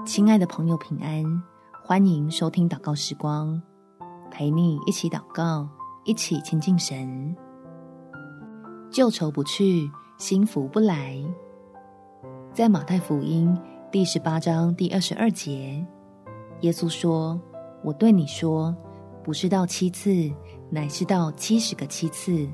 亲爱的朋友平安，欢迎收听祷告时光，陪你一起祷告，一起亲近神。旧愁不去，新福不来。在马太福音第18章第22节，耶稣说，我对你说，不是到7次，乃是到70个7次。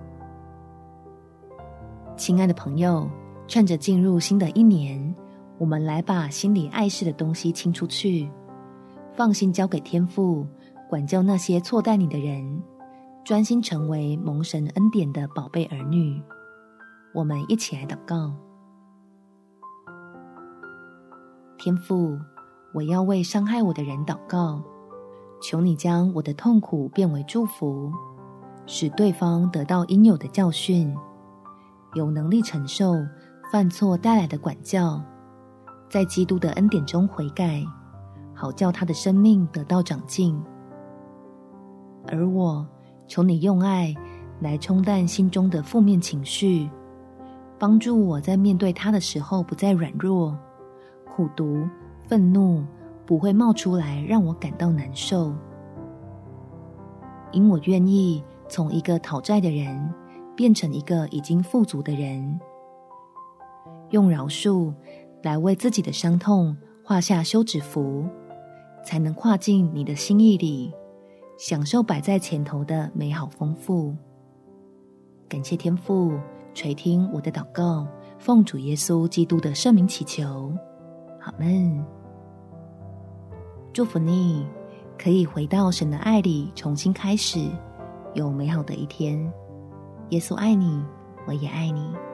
亲爱的朋友，趁着进入新的一年，我们来把心里碍事的东西清出去，放心交给天父，管教那些错待你的人，专心成为蒙神恩典的宝贝儿女。我们一起来祷告。天父，我要为伤害我的人祷告，求你将我的痛苦变为祝福，使对方得到应有的教训，有能力承受犯错带来的管教，在基督的恩典中悔改，好叫他的生命得到长进。而我求你用爱来冲淡心中的负面情绪，帮助我在面对他的时候不再软弱，苦毒、愤怒不会冒出来让我感到难受。因我愿意从一个讨债的人变成一个已经富足的人，用饶恕来为自己的伤痛画下休止符，才能跨进你的心意里，享受摆在前头的美好丰富。感谢天父垂听我的祷告，奉主耶稣基督的圣名祈求，阿们。祝福你可以回到神的爱里，重新开始，有美好的一天。耶稣爱你，我也爱你。